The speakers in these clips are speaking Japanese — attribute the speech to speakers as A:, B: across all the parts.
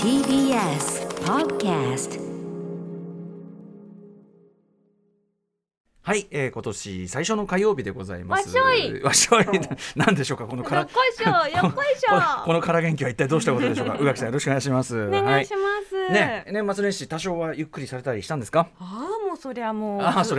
A: TBS Podcast。
B: はい、今年最初の火曜日でございます。
A: わっしょい
B: 何でしょうかこのから
A: よっこいしょよっこいしょ
B: このから元気は一体どうしたことでしょうか宇垣さんよろしくお願いします。
A: お願いします、
B: はい、ね、年末年始多少はゆっくりされたりしたんですか？
A: もうそりゃもう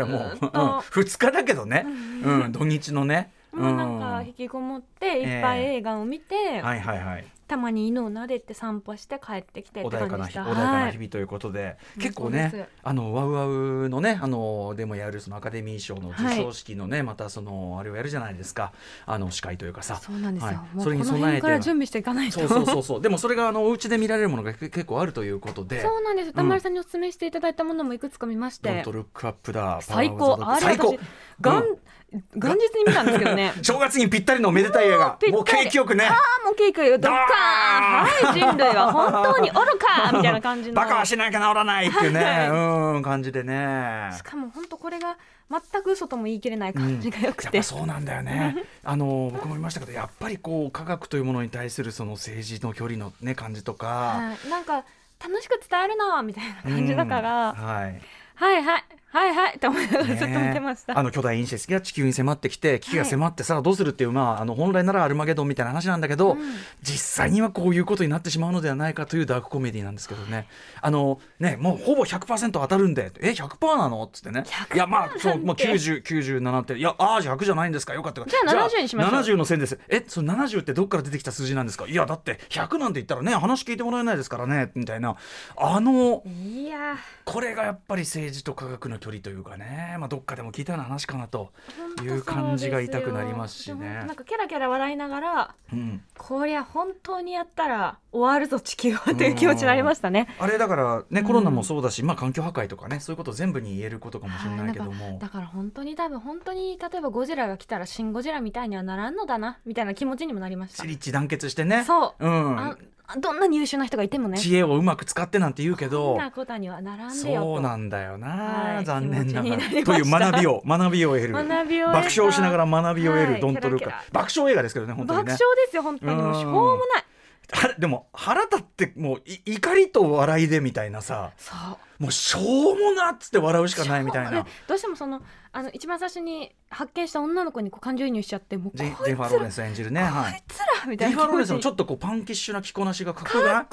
B: 2日だけどね、土日のね、
A: もうなんか引きこもっていっぱい映画を見て、
B: はいはいはい、
A: たまに犬を撫でて散歩して帰ってきてって感じでした。
B: 穏やかな日々ということで、結構ねワウワウのねでもやるそのアカデミー賞の授賞式のね、またそのあれをやるじゃないですか、司会というかさ。
A: そうなんですよ、もう
B: それに
A: この辺から準備していかないと。
B: そうでもそれがお家で見られるものが結構あるということで。そう
A: なんです。田丸さんにお勧めしていただいたものもいくつか見まして、
B: ドントルックアップだ、
A: 最高。
B: 最高。
A: 元日に見たんですけどね
B: 正月にぴったりのめでたい映画、もう景気よくね、
A: もう景気よくドッカーン、はい人類は本当に愚かみたいな感じの
B: バカはしなきゃ治らないっていうね、感じでね。
A: しかも本当これが全く嘘とも言い切れない感じがよくて、
B: やっぱそうなんだよね僕も言いましたけど、やっぱりこう科学というものに対するその政治の距離のね感じとか、
A: なんか楽しく伝えるのみたいな感じだから、はいって思いながらずっと見てました。
B: 巨大隕石が地球に迫ってきて、危機が迫ってさあどうするっていう、本来ならアルマゲドンみたいな話なんだけど、実際にはこういうことになってしまうのではないかというダークコメディなんですけどね。もうほぼ 100% 当たるんで、100% なのっつってね、いやそうもう90、97って、いやじゃあ100じゃないんですか、よかった、
A: じゃあ70にしましょう。
B: 70の線です。その70ってどっから出てきた数字なんですか？いやだって100なんて言ったらね話聞いてもらえないですからねみたいな、
A: いや
B: これがやっぱり政治と科学の距離というかね、どっかでも聞いたような話かなという感じが痛くなりますしね。
A: なんかキャラキャラ笑いながら、こりゃ本当にやったら終わるぞ地球はという気持ちになりましたね。
B: あれだからね、コロナもそうだし、環境破壊とかね、そういうこと全部に言えることかもしれないけども、
A: だから本当に例えばゴジラが来たらシンゴジラみたいにはならんのだなみたいな気持ちにもなりました。
B: 一致団結してね。
A: そう、どんなに優秀な人がいてもね、
B: 知恵をうまく使ってなんて言うけど、
A: こんなことにはならんでよと。
B: そうなんだよな、残念ながらという学びを得る、爆笑しながら学びを得る、ドントルカ、爆笑映画ですけどね、本当にね。
A: 爆笑ですよ本当に、もうしょうもない。
B: でも腹立ってもう怒りと笑いでみたいなさ、もうしょうもなっつって笑うしかないみたいな。
A: どうしても一番最初に発見した女の子に感情移入しちゃって、もう
B: ジェニファー・ローレンス演じるね、こい
A: つらみたいな。
B: ジェニファー・ローレンスのちょっとパンキッシュな着こなしがかっこいい
A: です。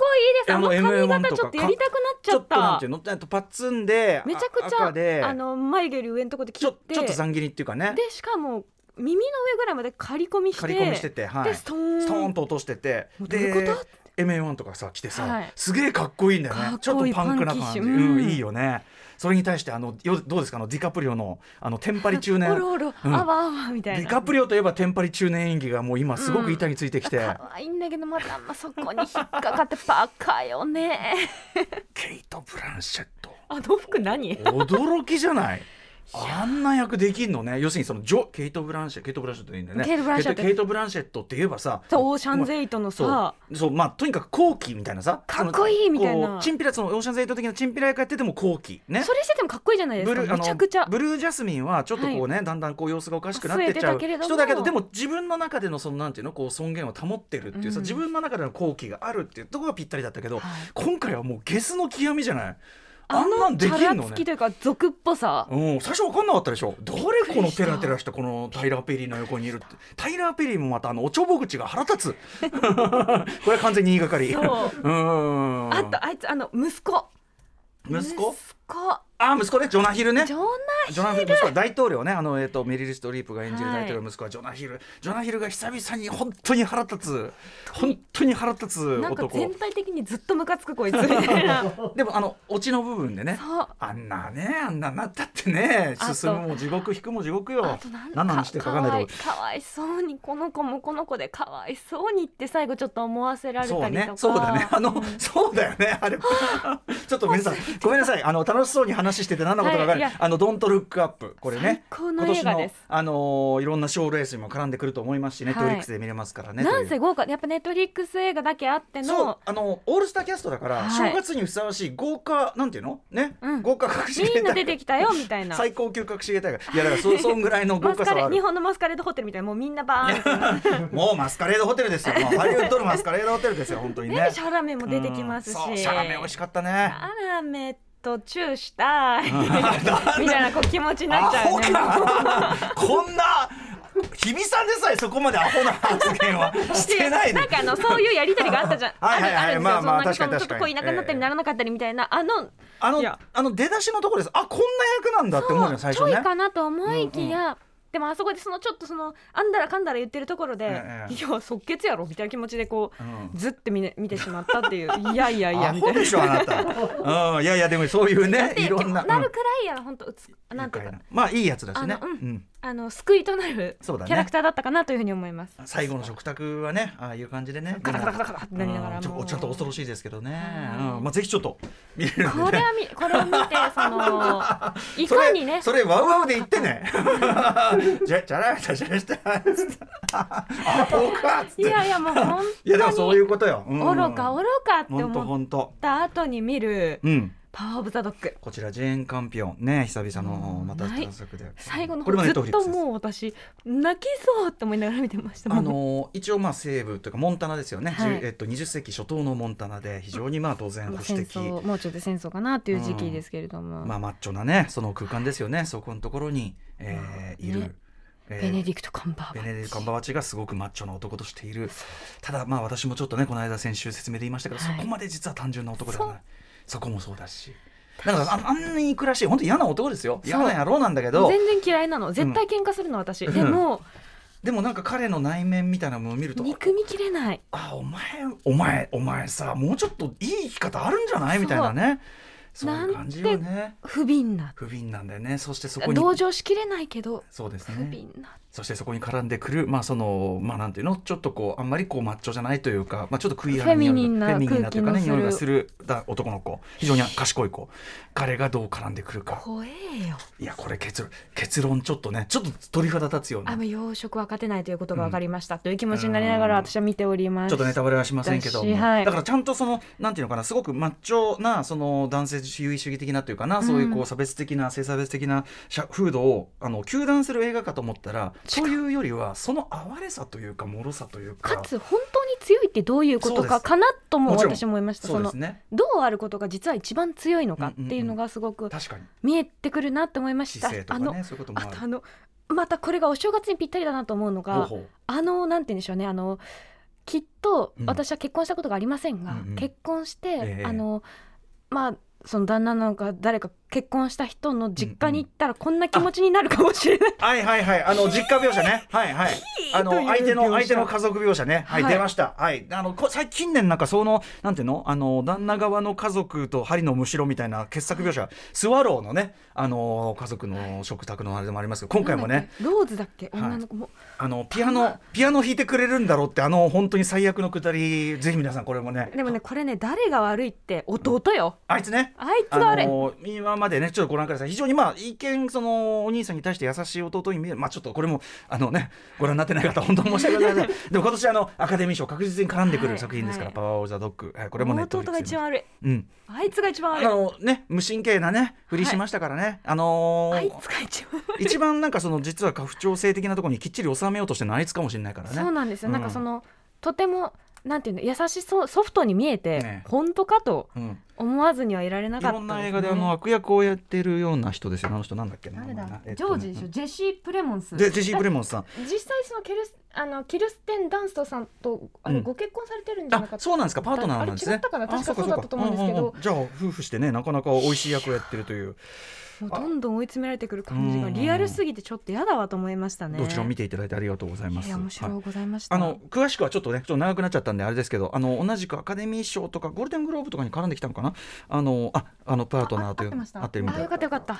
A: 髪型ちょっとやりたくなっちゃった。ちょっと
B: なんていうの、パッツンで
A: めちゃくちゃ眉毛より上のところで切って
B: ちょっとざん切りっていうかね、
A: でしかも耳の上ぐらいまで刈り込みして
B: て、
A: でストー
B: ンと落としてて、
A: どういうこと？
B: MA1 とかさ着てさ、すげえかっこいいんだよね。ちょっとパンクな感じ、いいよね。それに対してどうですか、ディカプリオのテンパリ中年
A: あわみたいな。
B: ディカプリオといえばテンパリ中年演技がもう今すごく板についてきて、
A: 可愛いんだけどまたそこに引っかかってバカよね
B: ケイト・ブランシェット、
A: あの服何
B: 驚きじゃない？あんな役できんのね。要するにそのケイト・ブランシェットでいいんだよね。ケイト・ブランシェットって言えばさ、
A: オーシャンズ8のさ、
B: とにかく後期みたいなさ、
A: かっこいいみたいな、
B: チンピラ、そのオーシャンズ8的なチンピラ役やってても後期ね、
A: それしててもかっこいいじゃないですか。めちゃくちゃ
B: ブルージャスミンはちょっとこうね、だんだんこう様子がおかしくなってっちゃう人だけど、でも自分の中でのそのなんていうの、こう尊厳を保ってるっていうさ、自分の中での後期があるっていうところがぴったりだったけど、今回はもうゲスの極みじゃない。あんなんできんのね。
A: チャラつきというか俗っぽさ、
B: 最初分かんなかったでしょ。誰このテラテラしたこのタイラー・ペリーの横にいるって。タイラー・ペリーもまたおちょぼ口が腹立つこれは完全に言いがかり。あ
A: とあいつ息子
B: 息子ね、ジョナヒルね。
A: ジョナヒル
B: 息子大統領ね、メリル・ストリープが演じる大統領息子はジョナヒルが久々に本当に腹立つ男。
A: なんか全体的にずっとムカつくこいつみたいな
B: でもオチの部分でね、あんななったってね、進むも地獄引くも地獄よ。何の話してか分かんないけど、
A: かわいそうにこの子もこの子でかわいそうにって最後ちょっと思わせられたりとか。
B: そうだね、そうだよねあれちょっと皆さんごめんなさい、田中楽しそうに話してて何のことか分かる、ドントルックアップ、これね
A: 最高の映画です。
B: 今年のいろんな賞レースにも絡んでくると思いますし、ネットフリックスで見れますからね。
A: なんせ豪華、やっぱネットフリックス映画だけあっての、
B: そうオールスターキャストだから、正月にふさわしい豪華なんていうのね、豪華隠し芸大
A: みんな出てきたよみたいな
B: 最高級隠し芸大会、いやだからそんぐらいの豪華さはある。
A: 日本のマスカレードホテルみたいな、もうみんなバーン
B: もうマスカレードホテルですよ。もうハリウッドのマスカレードホテルですよ本当にね。
A: シャラメも出てきますし、
B: そうシャラメ美味しかったね。
A: シャラメとチューしたいみたいなこう気持ちになっちゃうね。
B: こんな日比さんでさえそこまでアホな発言はしてないで。
A: なんかそういうやり取りがあったじゃん。あるんですよ。
B: まあ確かに
A: ちょっとこういなくなったりならなかったりみたいな
B: 出だしのところです。あ、こんな役なんだって思うよ最初ね。
A: ちょいかなと思いきや、でもあそこでちょっとあんだらかんだら言ってるところで、いや即決やろみたいな気持ちでこう、ずって見てしまったっていういやいやいやみたいな。
B: アホでしょあなた。いやいやでもそういうね、いろんな
A: なるくらいや本当なんていうか、
B: まあいいやつだしね。
A: 救いとなるキャラクターだったかなというふうに思います。
B: 最後の食卓はね、ああいう感じでね、
A: カタカタカタカタってなりながら、
B: ちょっと恐ろしいですけどね。まあぜひちょっと見れるんでね。
A: これを見ていかにね、
B: それワウワウで言ってね。じゃらじゃらしたっつって、あ僕かっつって。い
A: やもう本当に。
B: いやでもそういうことよ。
A: 愚かって思った後に見る。パワーオブザドッグ、
B: こちらジェーン・カンピオンね、久々のまた探索で、
A: 最後の方ずっともう私泣きそうって思いながら見てました。
B: 一応西部というかモンタナですよね、20世紀初頭のモンタナで非常に当然保守的、
A: もうちょっと戦争かなっていう時期ですけれども、
B: マッチョなねその空間ですよね。そこのところに、いる、
A: ベネディクト・カンバー
B: バッチがすごくマッチョな男としている。ただ私もちょっとねこの間先週説明で言いましたけど、そこまで実は単純な男ではない。そこもそうだし、なんかあんなに憎らしい本当に嫌な男ですよ。嫌な野郎なんだけど、
A: 全然嫌いなの。絶対喧嘩するの私、でも
B: なんか彼の内面みたいなものを見ると
A: 憎みきれない。
B: お前さ、もうちょっといい生き方あるんじゃないみたいなね、そういう感じよね。
A: 不憫
B: なんだよね。そしてそこに
A: 同情しきれないけど、
B: そうですね、
A: 不憫な。
B: そしてそこに絡んでくるなんていうの、ちょっとあんまりマッチョじゃないというか、ちょっとクイアな匂い、フェミニンなというかね、匂いがする男の子、非常に賢い子、彼がどう絡んでくるか。
A: 怖えよ。
B: いやこれ結論ちょっと鳥肌立つような。
A: 養殖は勝てないということが分かりました、という気持ちになりながら私は見ております。
B: ちょっとネタバレはしませんけども、だからちゃんとなんていうのかな、すごくマッチョな男性優位主義的なというかな、そういう差別的な性差別的な風土を糾弾する映画かと思ったら、そういうよりはその哀れさというか脆さというか、
A: かつ本当に強いってどういうことかなとも私も思いました。
B: そうですね、
A: どうあることが実は一番強いのかっていうのがすごく見えてくるなって思いました。
B: 姿勢とかね、そういうこともある。
A: またこれがお正月にぴったりだなと思うのが、なんて言うんでしょうね、きっと私は結婚したことがありませんが、結婚して、その旦那のが誰か結婚した人の実家に行ったらこんな気持ちになるかもしれない。
B: 実家描写ね。相手の家族描写ね。出ました。最近年なんかなんていうの、旦那側の家族と針のむしろみたいな傑作描写、スワローのね家族の食卓のあれでもありますけど、今回もね、
A: ローズだっけ、女の子も
B: ピアノ弾いてくれるんだろうって本当に最悪のくだり、ぜひ皆さんこれもね。
A: でもねこれね、誰が悪いって弟よ。
B: あいつね、
A: あいつが悪い。
B: 今までねちょっとご覧ください。非常に一見お兄さんに対して優しい弟に見える。ちょっとこれもご覧になってない方本当に申し訳ないでも今年アカデミー賞確実に絡んでくる作品ですから、パワーオブザドッグ、これもね
A: 弟が一番悪い。あいつが一番悪い。
B: 無神経なねふりしましたからね。
A: あいつが一番悪い。
B: 一番なんか実は不調性的なところにきっちり収めようとしてのあいつかもしれないからね。
A: そうなんですよ。なんかとてもなんていうの、優しそう、ソフトに見えて、本当かと思わずにはいられなかったですね。
B: いろんな映画で悪役をやってるような人ですよ。あの人なんだっけな。
A: 誰だ、ジョージでしょ、ジェシー・プレモンス。
B: ジェシー・プレモンスさん。
A: 実際キルステン・ダンストさんとご結婚されてるんじゃなかった。
B: そうなんですか、パートナーなんですね。
A: あれ違ったかな、確かそうだったと思うんですけど。
B: じゃあ夫婦してね、なかなか美味しい役をやってるという。
A: もうどんどん追い詰められてくる感じがリアルすぎてちょっと嫌だわと思いましたね。
B: どちらも見ていただいてありがとうございます。
A: 面白いございました。
B: 詳しくはちょっと長くなっちゃったんであれですけど、同じくアカデミー賞とかゴールデングローブとかに絡んできたのかな、パートナーという合ってるみたいな。
A: よかったよかった。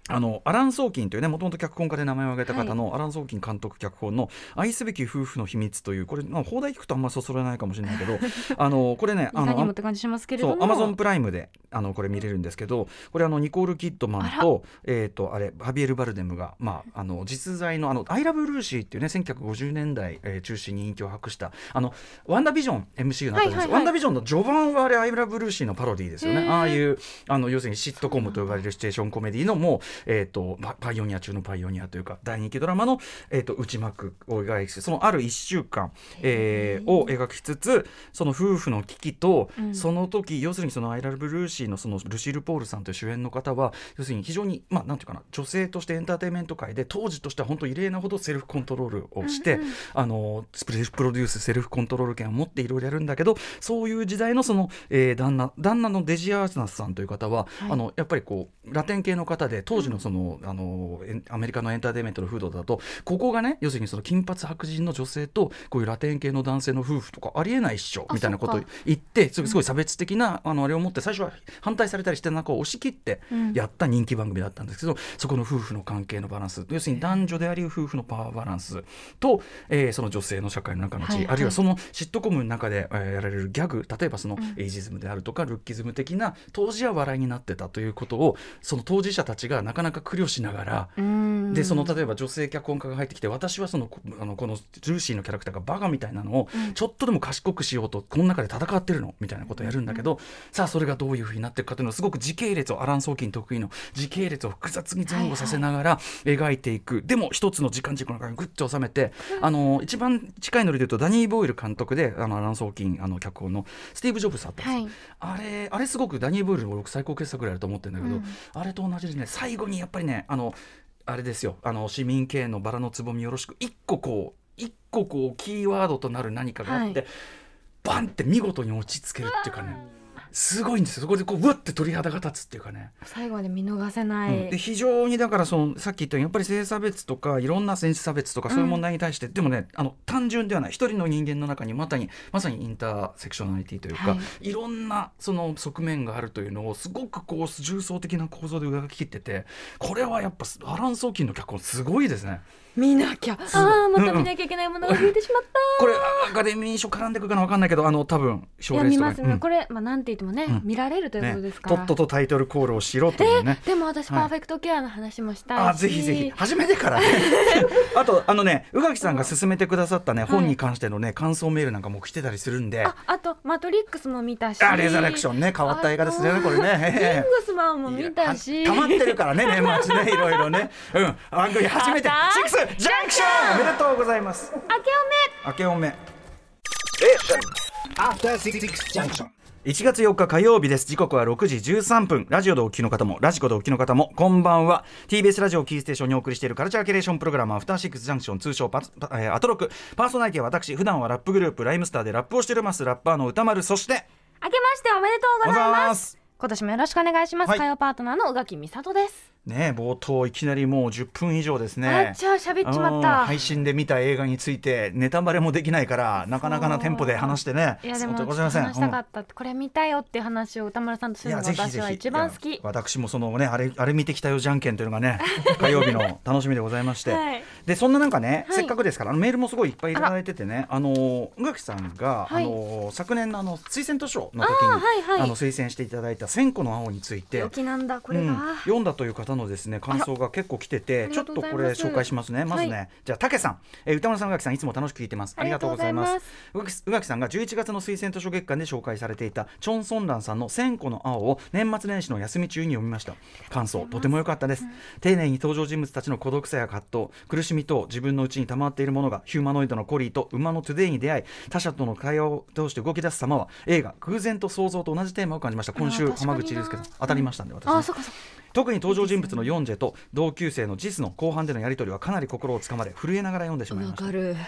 B: アラン・ソーキンというね、もともと脚本家で名前を挙げた方のアラン・ソーキン監督脚本の愛すべき夫婦の秘密という、これ放題聞くとあんまりそそらないかもしれないけどこれね、
A: いかにもって感じしますけれども、
B: アマゾンプライムでこれ見れるんですけど、これニコール・キッドマンとハビエル・バルデムが、実在のアイラブ・ルーシーっていうね、1950年代、中心に人気を博したワンダービジョン MC になったんですよ。ワンダービジョンの序盤はあれアイラブ・ルーシーのパロディですよね。ああいう要するにシットコムと呼ばれるシチュエーションコメディのもうパイオニア中のパイオニアというか大人気ドラマの、内幕を描いて、そのある1週間、を描きつつ、その夫婦の危機と、その時要するにそのアイラブ・ルーシーのそのルシール・ポールさんという主演の方は要するに非常になんていうかな、女性としてエンターテインメント界で当時としては本当異例なほどセルフコントロールをして、プロデュースセルフコントロール権を持っていろいろやるんだけど、そういう時代のその、旦那のデジアーナスさんという方は、やっぱりこうラテン系の方で、当時のその、アメリカのエンターテインメントの風土だと、ここがね、要するにその金髪白人の女性とこういうラテン系の男性の夫婦とかありえないっしょみたいなことを言って、すごい差別的なあれを持って最初は反対されたりして中を押し切ってやった人気番組だったんですけど、そこの夫婦の関係のバランス、要するに男女であり夫婦のパワーバランスと、その女性の社会の中の地位、あるいはそのシットコムの中で、やられるギャグ、例えばそのエイジズムであるとかルッキズム的な当時は笑いになってたということを、その当事者たちがなかなか苦慮しながら、でその例えば女性脚本家が入ってきて、私はそのこのルーシーのキャラクターがバカみたいなのをちょっとでも賢くしようとこの中で戦ってるのみたいなことをやるんだけど、さあそれがどういうふうになっていくかというのをすごく時系列を、アラン・ソーキン得意の時系列を複雑に前後させながら描いていく、でも一つの時間軸の中にグッと収めて、一番近いので言うとダニー・ボイル監督でアラン・ソーキン脚本のスティーブ・ジョブズだったんです、あれすごくダニー・ボイルの僕最高傑作ぐらいだと思ってるんだけど、あれと同じでね、最後にやっぱりねあれですよ、市民系のバラのつぼみよろしく一個こうキーワードとなる何かがあって、バンって見事に落ち着けるっていうかね、すごいんですよ。そこでこううわって鳥肌が立つっていうかね、
A: 最後まで見逃せない、
B: で非常にだからさっき言ったようにやっぱり性差別とかいろんな性差別とかそういう問題に対して、でもね単純ではない、一人の人間の中にまさにインターセクショナリティというか、いろんなその側面があるというのをすごくこう重層的な構造で描き切ってて、これはやっぱアラン・ソーキンの脚本すごいですね。
A: 見なきゃ、また見なきゃいけないものが増えてしまった、
B: これアカデミー賞絡んでくるかな分かんないけど、多分賞レースとか
A: 見ますね、これ、なんて言ってもね、見られるということですから、
B: とっととタイトルコールをしろというね、
A: でも私パーフェクトケアの話もしたいし、
B: ぜひぜひ初めてからねあと宇垣さんが勧めてくださったね、本に関してのね感想メールなんかも来てたりするんで、
A: あとマトリックスも見たし、
B: レザレクションね、変わった映画ですねこれね、
A: キングスマンも見たし、
B: 溜まってるからね年末ねいろいろね、番組初めてシックスジャンクションおめでとうございます。明けおめ1月4日火曜日です。時刻は6時13分。ラジオでお聞きの方もラジコでお聞きの方もこんばんは。 TBS ラジオキーステーションにお送りしているカルチャーキュレーションプログラムアフターシックスジャンクション、通称アトロク。パーソナリティは私、普段はラップグループライムスターでラップをしておりますラッパーの歌丸、そして
A: 明けましておめでとうございます。今年もよろしくお願いします、火曜パートナーの宇垣美里です
B: ね。冒頭いきなりもう10分以上ですね。
A: じゃあ喋っちまった。
B: 配信で見た映画についてネタバレもできないからなかなかなテンポで話してね。
A: いやでも話したかった、これ見たよっていう話を歌丸さんとするのが私は一番好き。
B: 私もそのねあれ見てきたよじゃんけんというのがね火曜日の楽しみでございまして、でそんななんかね、せっかくですからメールもすごいいっぱいいただいててね、宇垣さんが、昨年の推薦図書の時に、推薦していただいた千個の青について
A: なんだこれが、
B: 読んだという方のですね感想が結構来てて、ちょっとこれ紹介しますね。まずね、じゃあ竹さん、歌丸さん、宇垣さんいつも楽しく聞いてます。ありがとうございます。宇垣さんが11月の推薦図書月間で紹介されていたチョン・ソンランさんの千個の青を年末年始の休み中に読みました。感想とても良かったです。丁寧に登場人物たちの孤独さや葛藤、苦しみと自分の内に溜まっているものがヒューマノイドのコリーと馬のトゥデイに出会い、他者との会話を通して動き出す様は映画偶然と想像と同じテーマを感じました。今週浜口竜介さん当たりましたんで、私、特に登場人物のヨンジェと同級生のジスの後半でのやり取りはかなり心をつかまれ震えながら読んでしまいました。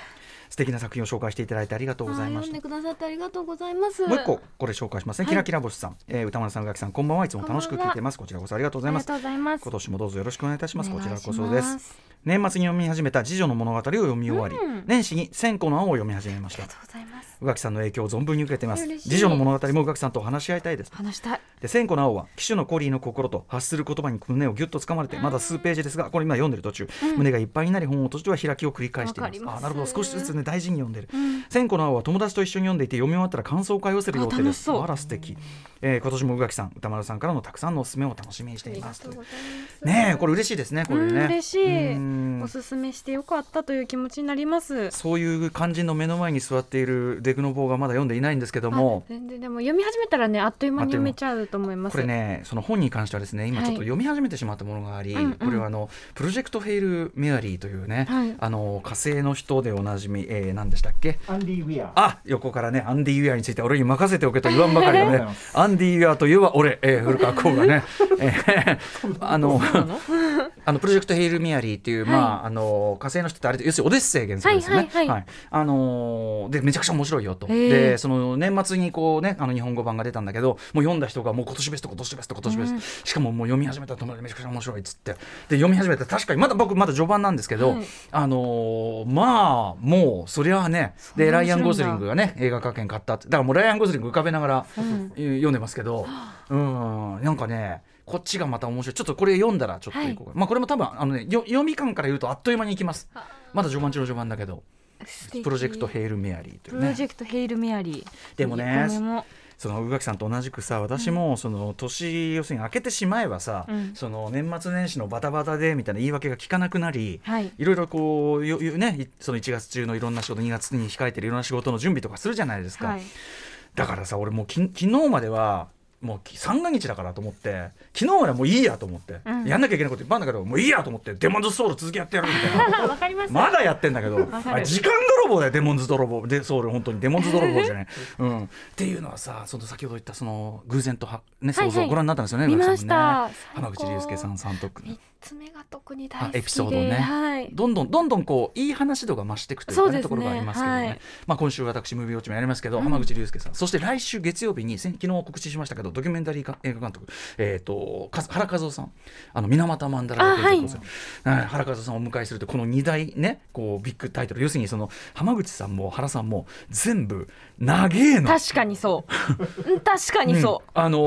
B: 素敵な作品を紹介していただいてありがとうございました。
A: 読んでくださってありがとうございます。
B: もう一個これ紹介しますね、キラキラ星さん、歌丸さん、宇垣さん、こんばんは。いつも楽しく聞いてます。こちらこそありがとうございます。今年もどうぞよろしくお願いいたします。こちらこそです。年末に読み始めた次女の物語を読み終わり、年始に千個の青を読み始めました。宇垣さんの影響を存分に受けています。次女の物語も宇垣さんと話し合いたいです。
A: 話したい。
B: で、千個の青は騎手のコリーの心と発する言葉に胸をギュッと掴まれて、まだ数ページですが、これ今読んでる途中、胸がいっぱいになり本を閉じては開きを繰り返しています。なるほど、少しずつね大事に読んでる。千個の青は友達と一緒に読んでいて、読み終わったら感想会を寄せる予定です。あら素敵。今年も宇垣さん、歌丸さんからのたくさんのおすすめを楽しみにしています。ねえ、これ嬉しいですね。これね、
A: 嬉しい。おすすめしてよかったという気持ちになります。
B: そういう感じの目の前に座っているデクノボーがまだ読んでいないんですけども、
A: 全然でも読み始めたらね、あっという間に読めちゃうと思います。
B: これね、その本に関してはですね、今ちょっと読み始めてしまったものがあり、これはプロジェクトヘイル・メアリーというね、火星の人でおなじみ、何でしたっけ、
C: アンディ・ウィア。
B: 横からね、アンディ・ウィアについて俺に任せておけと言わんばかりのねアンディ・ウィアといえば俺、古川光がねプロジェクトヘイル・メアリーっていう、火星の人ってあれ要するにオデッセイ原作ですよね。でめちゃくちゃ面白いよと。でその年末にこうね、日本語版が出たんだけど、もう読んだ人がもう今年ベスト今年ベスト今年ベスト、しかももう読み始めたら友達めちゃくちゃ面白いっつって、で読み始めたら確かに僕まだ序盤なんですけど、もうそりゃあね、でライアン・ゴズリングがね映画化券買ったって、だからもうライアン・ゴズリング浮かべながら、読んでますけど、なんかねこっちがまた面白い。ちょっとこれ読んだらちょっといこう、これも多分読み感から言うとあっという間にいきます。まだ序盤中の序盤だけど、プロジェクトヘイル・メアリーというね。
A: プロジェクトヘイル・メアリー
B: でもね、その宇垣さんと同じくさ、私もその年、要するに明けてしまえばさ、その年末年始のバタバタでみたいな言い訳が聞かなくなり、いろいろこうね、その1月中のいろんな仕事、2月に控えてるいろんな仕事の準備とかするじゃないですか。だからさ、俺もう昨日まではもう三が日だからと思って、昨日までもういいやと思って、やんなきゃいけないこといっぱいあるんだけど、もういいやと思ってデモンズソウル続きやってやるみたいな
A: わかります。
B: まだやってんだけど、時間泥棒だよ、デモンズ泥棒で、ソウル本当にデモンズ泥棒じゃない、っていうのはさ、その先ほど言ったその偶然とね、想像をご覧になったんですよね。
A: 見ました。
B: 浜口竜介さん監督。
A: 3つ目が特に大好きで、
B: エピソードね、どんどんこういい話度が増していくというか、ところがありますけどね。今週私ムービーウォッチもやりますけど、浜口竜介さん、そして来週月曜日に昨日告知しましたけど、ドキュメンタリー映画監督、原和夫さん、水俣マンダラ原和夫さんをお迎えすると、この2大ね、こうビッグタイトル、要するにその浜口さんも原さんも全部長えの。
A: 確かにそう確かにそう、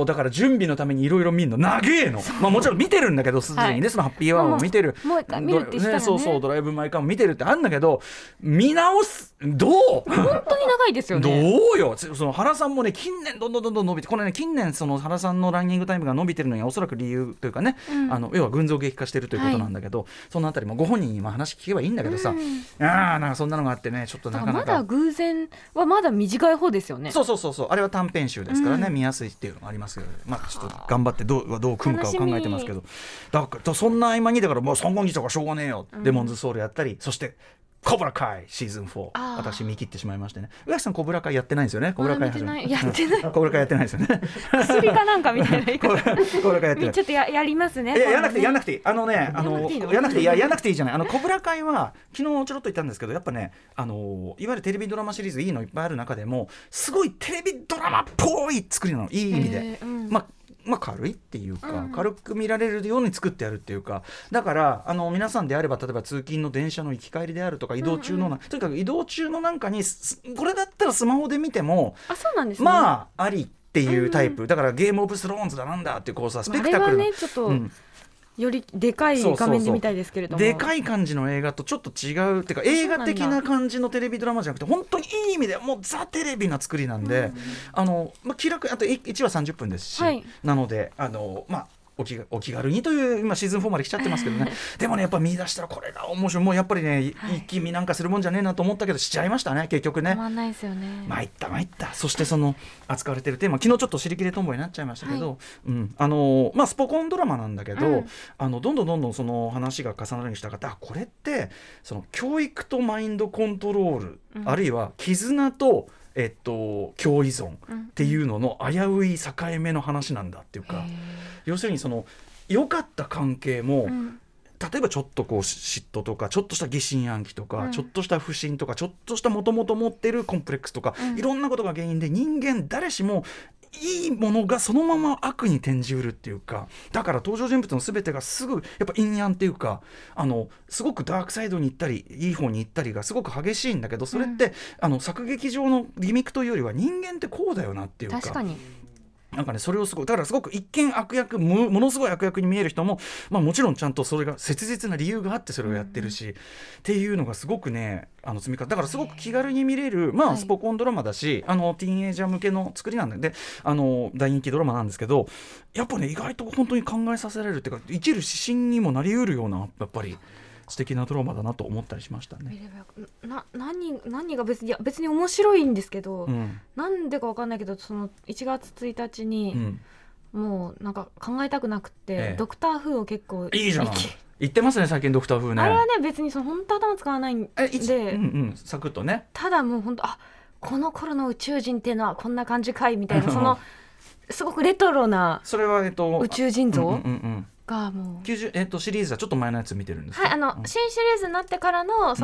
B: だから準備のためにいろいろ見るの長えの。もちろん見てるんだけど、すでにね、そのハッピーワンを見てる、
A: もう一回見るって言ったらね、
B: そうドライブ・マイ・カーも見てるってあるんだけど、見直すどう
A: 本当に長いですよね。
B: どうよ、その原さんもね、近年どんどん伸びて、これね、近年その原さんのランニングタイムが伸びてるのにはおそらく理由というかね、要は群像劇化してるということなんだけど、そのあたりもご本人に話聞けばいいんだけどさ、なんかそんなのがあってね、ちょっとなかなか
A: まだ偶然はまだ短い方ですよね。
B: そうあれは短編集ですからね、見やすいっていうのがありますけど、ちょっと頑張ってどう組むかを考えてますけど、だからそんな合間にだからもう三が日とかしょうがねえよ、デモンズソウルやったり、そしてコブラ会シーズン4、私見切ってしまいましてね。宇垣さんコブラ会やってないんですよね。コブラ会
A: やってない
B: コブラ会やってないですよね。
A: 薬かなんかみたいな言い方
B: コブラ会やってない。
A: ちょっとやりますね。
B: やんなくていいやんなくていいやんなくていいじゃない。コブラ会は昨日ちょろっと言ったんですけど、やっぱね、いわゆるテレビドラマシリーズいいのいっぱいある中でも、すごいテレビドラマっぽい作りなの、いい意味で。軽いっていうか、軽く見られるように作ってやるっていうか、だから皆さんであれば、例えば通勤の電車の行き帰りであるとか、移動中のとにかく移動中のなんかに、これだったらスマホで見ても
A: そうなんですね、
B: ありっていうタイプ、だからゲームオブスローンズだなんだっていうこうさ、スペクタクルな、
A: あれはねちょっと、よりでかい画面で見たいですけれども、
B: でかい感じの映画とちょっと違うっていうか、映画的な感じのテレビドラマじゃなくて、本当にいい意味でもうザ・テレビな作りなんで、気楽、あと1話30分ですし、なのでお気軽にという、今シーズン4まで来ちゃってますけどねでもね、やっぱ見出したらこれが面白い。もうやっぱりね、一気見なんかするもんじゃねえなと思ったけど、しちゃいましたね、結局ね。
A: たまんないですよね。
B: 参った。そしてその扱われてるテーマ、昨日ちょっと尻切れトンボになっちゃいましたけど、スポコンドラマなんだけど、どんどんその話が重なるにしたがって、これってその教育とマインドコントロール、あるいは絆と共依存っていうのの危うい境目の話なんだっていうか、要するにその良かった関係も、 例えばちょっとこう嫉妬とかちょっとした疑心暗鬼とか、ちょっとした不信とかちょっとしたもともと持ってるコンプレックスとか、いろんなことが原因で人間誰しもいいものがそのまま悪に転じうるっていうか、だから登場人物の全てがすぐやっぱ陰陽っていうか、すごくダークサイドに行ったりいい方に行ったりがすごく激しいんだけど、それって、作劇上のギミックというよりは人間ってこうだよなっていうか、
A: 確かに
B: なんかね、それをだからすごく一見悪役 ものすごい悪役に見える人も、もちろんちゃんとそれが切実な理由があってそれをやってるし、っていうのがすごくね積み方だからすごく気軽に見れる、スポコンドラマだし、ティーンエイジャー向けの作りなんで、大人気ドラマなんですけど、やっぱね意外と本当に考えさせられるっていうか、生きる指針にもなりうるようなやっぱり素敵なドラマだなと思ったりしましたね。
A: 何が別に面白いんですけど、なんでか分かんないけど、その1月1日に、もうなんか考えたくなくて、ドクター風を結構
B: いいじゃん言ってますね最近ドクター風ね。
A: あれはね別に本当頭使わないんで、
B: サクッとね、
A: ただもう本当この頃の宇宙人っていうのはこんな感じかいみたいな、そのすごくレトロな
B: それは
A: 宇宙人像がもう
B: 90、シリーズはちょっと前のやつ見てるんですか。
A: 新シリーズになってからの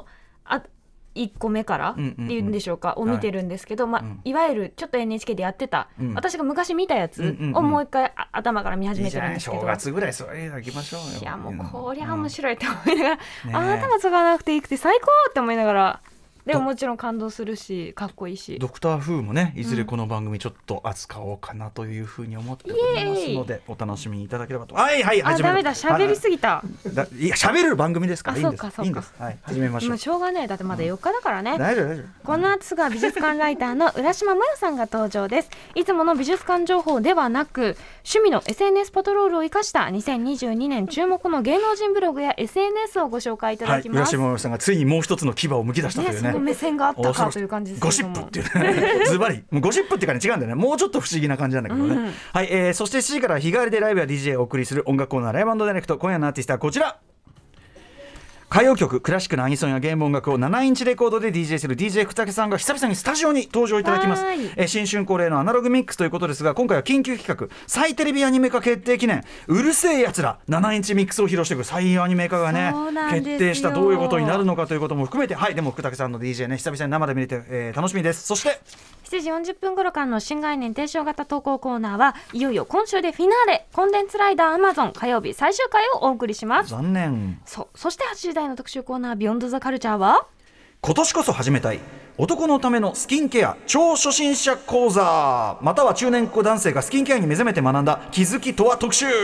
A: 1個目からっていうんでしょうか、を見てるんですけど、いわゆるちょっと NHK でやってた、私が昔見たやつをもう一回頭から見始めてるんですけど、
B: 正月ぐらいそれ行きましょうよ。
A: いやもうこりゃ面白いって思いながら、頭使わなくていいくて最高って思いながら、でももちろん感動するしかっこいいし、
B: ドクター風もねいずれこの番組ちょっと扱おうかなというふうに思っておりますので、お楽しみいただければと。はい
A: ダメだ喋りすぎた。
B: いや喋る番組ですからいいんです。
A: いいんです。
B: 始めましょう。
A: しょうがない、だってまだ4日だからね。
B: 大丈夫。
A: この後が美術館ライターの浦島もよさんが登場です。いつもの美術館情報ではなく、趣味の SNS パトロールを生かした2022年注目の芸能人ブログや SNS をご紹介いただきます。
B: 浦島もよさんがついにもう一つの牙をむき出したというね。
A: その目線があったかという感じですけども、
B: ゴシップっていうねズバリもうゴシップっていうかね違うんだよね、もうちょっと不思議な感じなんだけどね、そして7時から日替わりでライブや DJ をお送りする音楽コーナーライブ&ダイレクト。今夜のアーティストはこちら。歌謡曲、クラシックのアニソンやゲーム音楽を7インチレコードで DJ する DJ 福武さんが久々にスタジオに登場いただきます。新春恒例のアナログミックスということですが、今回は緊急企画再テレビアニメ化決定記念、うるせえやつら7インチミックスを披露してくる再アニメ化がね決定した。どういうことになるのかということも含めて、でも福武さんの DJ ね久々に生で見れて、楽しみです。そして
A: 7時40分頃からの新概念提唱型投稿コーナーはいよいよ今週でフィナーレ、コンテンツライダー Amazon 火曜日最終回をお送りします。
B: 残念。
A: そして8時台の特集コーナービヨンドザカルチャーは、
B: 今年こそ始めたい男のためのスキンケア超初心者講座、または中年男性がスキンケアに目覚めて学んだ気づきとは特集。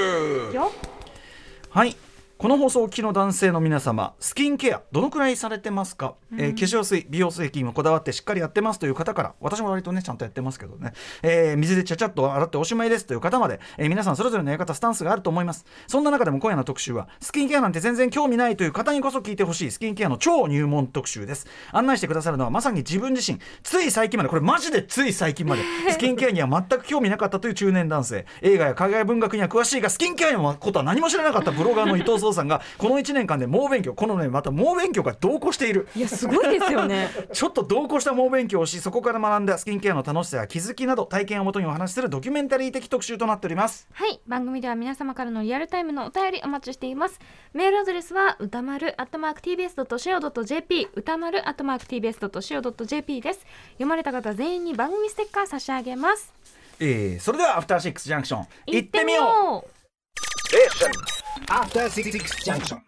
B: この放送をお聞きの男性の皆様、スキンケアどのくらいされてますか。化粧水、美容製品もこだわってしっかりやってますという方から、私も割とねちゃんとやってますけどね、水でちゃちゃっと洗っておしまいですという方まで、皆さんそれぞれのやり方スタンスがあると思います。そんな中でも今夜の特集はスキンケアなんて全然興味ないという方にこそ聞いてほしいスキンケアの超入門特集です。案内してくださるのはまさに自分自身つい最近まで、これマジでつい最近までスキンケアには全く興味なかったという中年男性、映画や海外文学には詳しいがスキンケアのことは何も知らなかったブロガーの伊藤壮さんがこの1年間で猛勉強、このねまた猛勉強が同行している。
A: いやすごいですよね
B: ちょっと同行した猛勉強をし、そこから学んだスキンケアの楽しさや気づきなど体験をもとにお話しするドキュメンタリー的特集となっております。
A: 番組では皆様からのリアルタイムのお便りお待ちしています。メールアドレスは歌丸@tbs.co.jp 歌丸@tbs.co.jp です。読まれた方全員に番組ステッカー差し上げます。
B: それではアフターシックスジャンクション
A: 行ってみよう。
C: After 66 junction.